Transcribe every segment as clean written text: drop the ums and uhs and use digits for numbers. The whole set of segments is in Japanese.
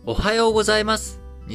おはようございます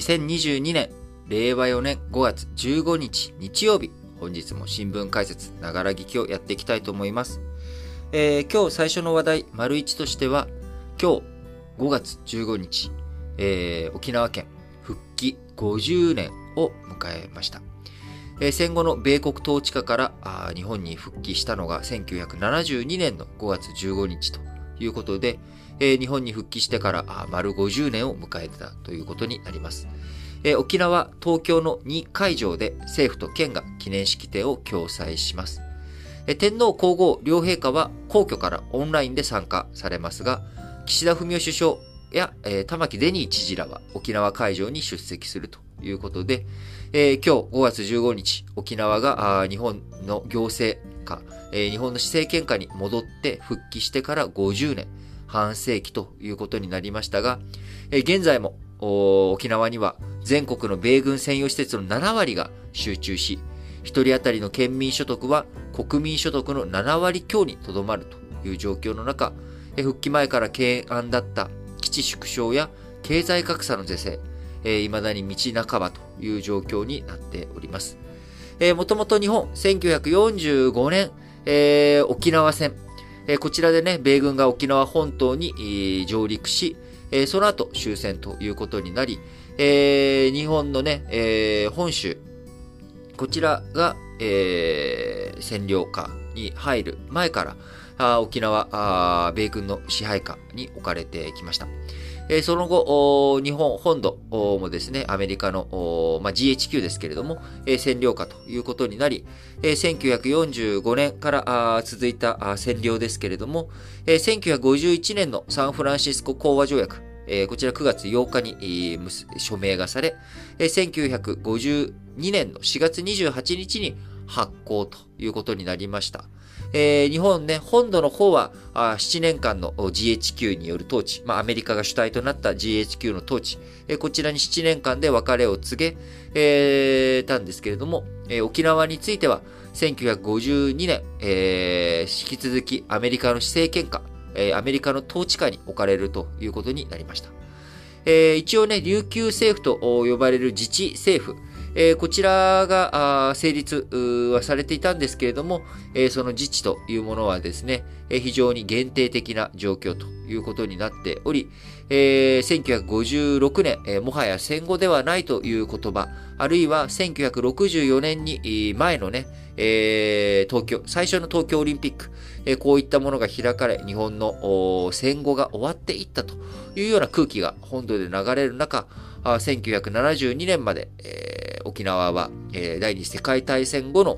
。2022年、令和4年5月15日日曜日、本日も新聞解説、ながら聞きをやっていきたいと思います。今日最初の話題、丸1としては、今日5月15日、沖縄県復帰50年を迎えました。戦後の米国統治下から日本に復帰したのが1972年の5月15日ということで、日本に復帰してから丸50年を迎えたということになります。沖縄、東京の2会場で政府と県が記念式典を共催します。天皇皇后両陛下は皇居からオンラインで参加されますが、岸田文雄首相や玉城デニー知事らは沖縄会場に出席するということで、今日5月15日、沖縄が日本の行政下、日本の施政権下に戻って復帰してから50年、半世紀ということになりましたが、現在も沖縄には全国の米軍専用施設の7割が集中し、1人当たりの県民所得は国民所得の7割強にとどまるという状況の中、復帰前から懸案だった基地縮小や経済格差の是正、未だに道半ばという状況になっております。もともと日本、1945年、沖縄戦、こちらでね、米軍が沖縄本島に上陸し、その後終戦ということになり、日本のね、本州、こちらが、占領下に入る前から沖縄米軍の支配下に置かれてきました。その後、日本本土もですね、アメリカの、GHQ ですけれども、占領下ということになり、1945年から続いた占領ですけれども、1951年のサンフランシスコ講和条約、こちら9月8日に署名がされ、1952年の4月28日に発行ということになりました。日本ね、本土の方は7年間の GHQ による統治、アメリカが主体となった GHQ の統治、こちらに7年間で別れを告げたんですけれども、沖縄については1952年、引き続きアメリカの施政権下、アメリカの統治下に置かれるということになりました。一応ね、琉球政府と呼ばれる自治政府、こちらが成立はされていたんですけれども、その自治というものはですね、非常に限定的な状況ということになっており、1956年、もはや戦後ではないという言葉、あるいは1964年に前のね、最初の東京オリンピック、こういったものが開かれ、日本の戦後が終わっていったというような空気が本土で流れる中、1972年まで、沖縄は、第二次世界大戦後の、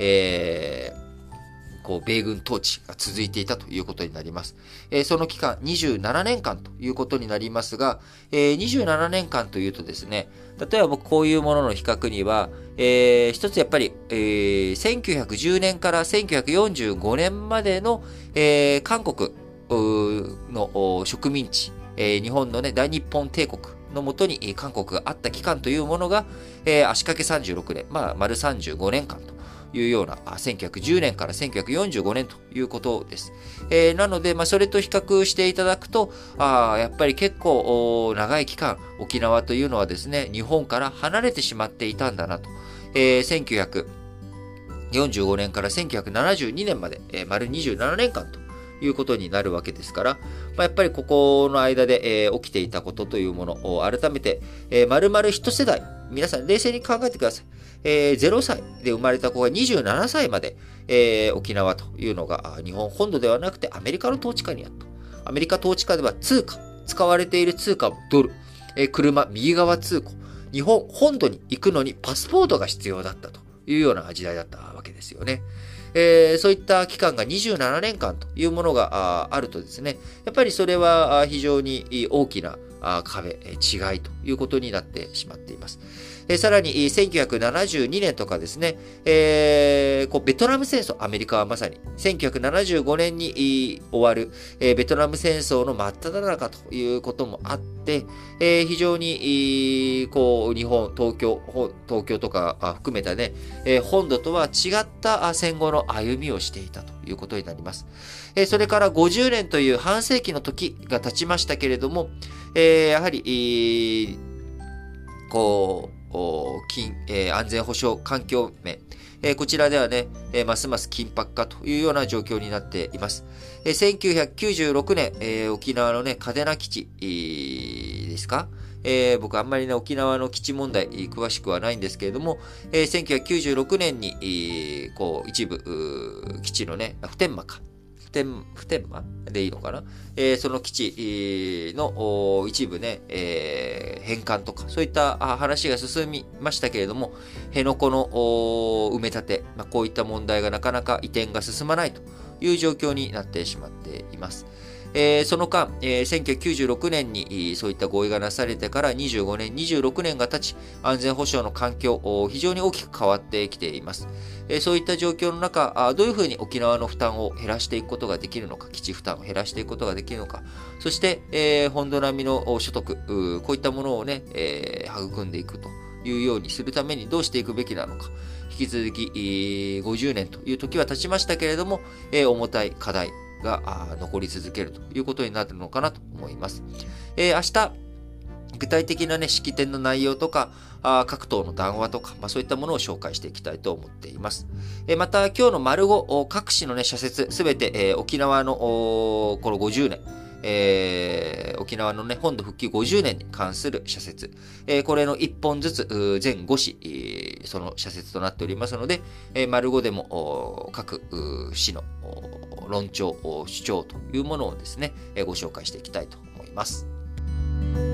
米軍統治が続いていたということになります。その期間27年間ということになりますが、27年間というとですね、例えば僕こういうものの比較には、一つやっぱり、1910年から1945年までの、韓国の植民地、日本のね、大日本帝国のもとに韓国があった期間というものが、足掛け36年、丸35年間というような、1910年から1945年ということです。なので、それと比較していただくと、やっぱり結構長い期間、沖縄というのはですね、日本から離れてしまっていたんだなと。1945年から1972年まで、丸27年間ということになるわけですから、やっぱりここの間で、起きていたことというものを改めて、丸々一世代、皆さん冷静に考えてください。0歳で生まれた子が27歳まで、沖縄というのが日本本土ではなくてアメリカの統治下にあった。アメリカ統治下では使われている通貨はドル、車、右側通行。日本本土に行くのにパスポートが必要だったというような時代だったわけですよね。そういった期間が27年間というものがあるとですね、やっぱりそれは非常に大きな壁、違いということになってしまっています。さらに1972年とかですね、ベトナム戦争、アメリカはまさに1975年に終わる、ベトナム戦争の真っ只中ということもあって、非常に日本、東京とか含めたね、本土とは違った戦後の歩みをしていたということになります。それから50年という半世紀の時が経ちましたけれども、 やはり、安全保障環境面、こちらではね、ますます緊迫化というような状況になっています。1996年、沖縄のね、嘉手納基地、ですか、僕あんまりね、沖縄の基地問題、詳しくはないんですけれども、1996年に、一部、基地のね、普天間か。普天間でいいのかな、その基地の一部ね、返還とか、そういった話が進みましたけれども、辺野古の埋め立て、こういった問題がなかなか移転が進まないという状況になってしまっています。その間、1996年にそういった合意がなされてから25年、26年が経ち、安全保障の環境、非常に大きく変わってきています。そういった状況の中、どういうふうに沖縄の負担を減らしていくことができるのか、基地負担を減らしていくことができるのか、そして、本土並みの所得、こういったものをね、育んでいくというようにするためにどうしていくべきなのか、引き続き、50年という時は経ちましたけれども、重たい課題が残り続けるということになるのかなと思います。明日、具体的なね、式典の内容とか、各党の談話とか、そういったものを紹介していきたいと思っています。また、今日の丸5、各市のね、社説、すべて、沖縄のこの50年、沖縄のね、本土復帰50年に関する社説、これの1本ずつ、全5市、その社説となっておりますので、丸5でも各市の論調、主張というものをですね、ご紹介していきたいと思います。